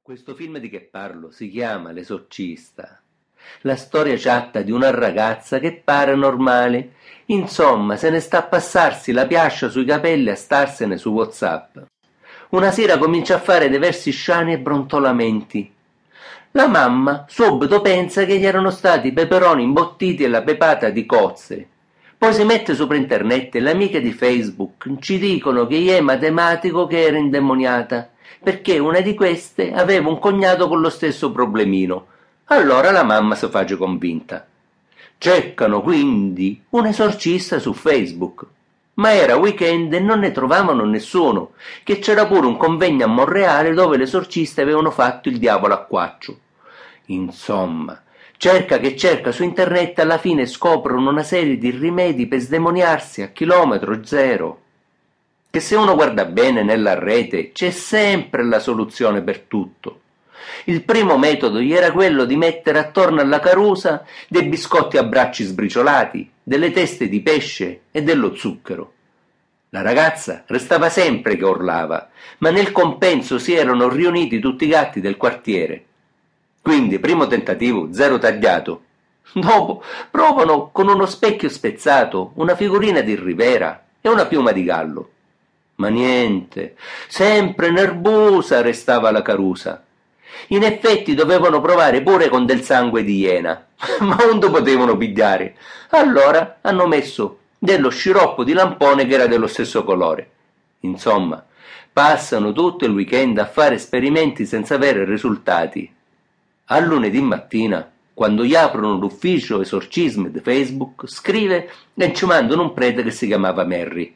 Questo film di che parlo si chiama L'esorcista. La storia chatta di una ragazza che pare normale, insomma, se ne sta a passarsi la piascia sui capelli e a starsene su WhatsApp. Una sera comincia a fare diversi sciani e brontolamenti. La mamma subito pensa che gli erano stati i peperoni imbottiti e la pepata di cozze. Poi si mette sopra internet e le amiche di Facebook ci dicono che è matematico che era indemoniata, perché una di queste aveva un cognato con lo stesso problemino. Allora la mamma si face convinta. Cercano quindi un esorcista su Facebook. Ma era weekend e non ne trovavano nessuno, che c'era pure un convegno a Monreale dove le esorciste avevano fatto il diavolo a quattro. Insomma, cerca che cerca su internet, alla fine scoprono una serie di rimedi per sdemoniarsi a chilometro zero. Che se uno guarda bene nella rete c'è sempre la soluzione per tutto. Il primo metodo era quello di mettere attorno alla carusa dei biscotti a bracci sbriciolati, delle teste di pesce e dello zucchero. La ragazza restava sempre che urlava, ma nel compenso si erano riuniti tutti i gatti del quartiere. Quindi, primo tentativo, zero tagliato. Dopo provano con uno specchio spezzato, una figurina di Rivera e una piuma di gallo. Ma niente, sempre nervosa restava la carusa. In effetti dovevano provare pure con del sangue di iena, ma onde potevano pigliare. Allora hanno messo dello sciroppo di lampone che era dello stesso colore. Insomma, passano tutto il weekend a fare esperimenti senza avere risultati. A lunedì mattina, quando gli aprono l'ufficio esorcismi di Facebook, scrive e ci mandano un prete che si chiamava Merry.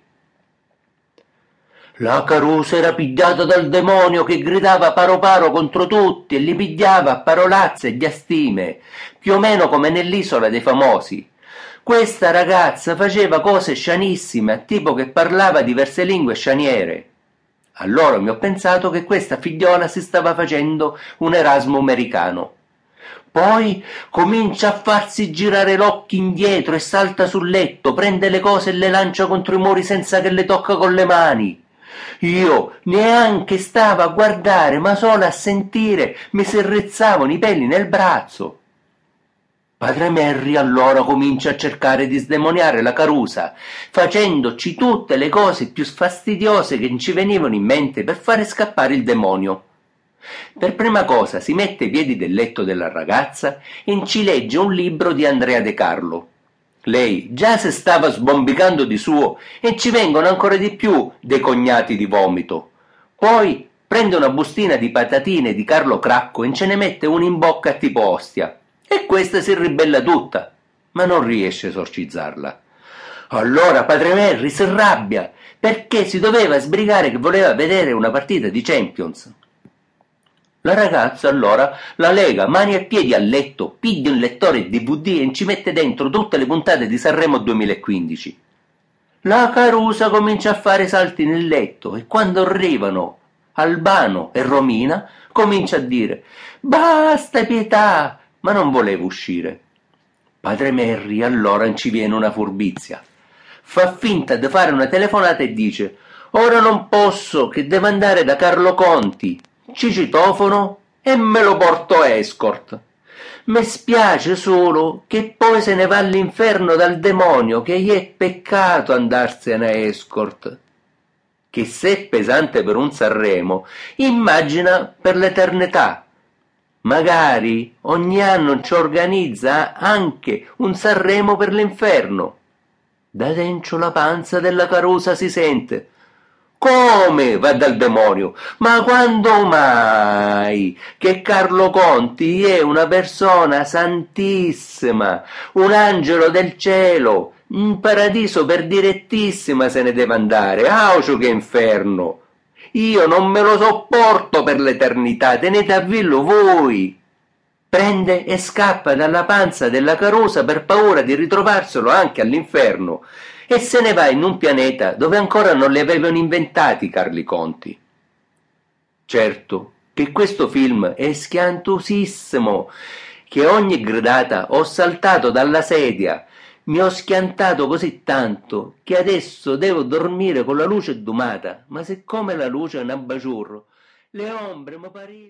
La carusa era pigliata dal demonio che gridava paro paro contro tutti e li pigliava a parolazze e diastime, più o meno come nell'Isola dei Famosi. Questa ragazza faceva cose scianissime, tipo che parlava diverse lingue scianiere. Allora mi ho pensato che questa figliola si stava facendo un Erasmo americano. Poi comincia a farsi girare l'occhio indietro e salta sul letto, prende le cose e le lancia contro i muri senza che le tocca con le mani. Io neanche stavo a guardare, ma solo a sentire mi si rizzavano i peli nel braccio. Padre Merry allora comincia a cercare di sdemoniare la carusa, facendoci tutte le cose più fastidiose che ci venivano in mente per fare scappare il demonio. Per prima cosa si mette ai piedi del letto della ragazza e ci legge un libro di Andrea De Carlo. Lei già si stava sbombicando di suo e ci vengono ancora di più dei cognati di vomito. Poi prende una bustina di patatine di Carlo Cracco e ce ne mette una in bocca tipo ostia. E questa si ribella tutta, ma non riesce a esorcizzarla. Allora padre Merry si arrabbia, perché si doveva sbrigare che voleva vedere una partita di Champions. La ragazza allora la lega mani e piedi al letto, piglia un lettore DVD e ci mette dentro tutte le puntate di Sanremo 2015. La carusa comincia a fare salti nel letto e quando arrivano Albano e Romina comincia a dire «Basta, pietà!» ma non voleva uscire. Padre Merry allora ci viene una furbizia. Fa finta di fare una telefonata e dice «Ora non posso, che devo andare da Carlo Conti». Ci citofono e me lo porto escort. Mi spiace solo che poi se ne va all'inferno dal demonio, che gli è peccato andarsene escort. Che se è pesante per un Sanremo, immagina per l'eternità. Magari ogni anno ci organizza anche un Sanremo per l'inferno. Da dentro la panza della carusa si sente «Come va dal demonio? Ma quando mai? Che Carlo Conti è una persona santissima, un angelo del cielo, in paradiso per direttissima se ne deve andare, aucio che inferno! Io non me lo sopporto per l'eternità, tenete a villo voi!» Prende e scappa dalla panza della carusa per paura di ritrovarselo anche all'inferno e se ne va in un pianeta dove ancora non li avevano inventati Carli Conti. Certo che questo film è schiantosissimo, che ogni gridata ho saltato dalla sedia, mi ho schiantato così tanto che adesso devo dormire con la luce sdumata, ma siccome la luce è un abbaciurro, le ombre mi parivano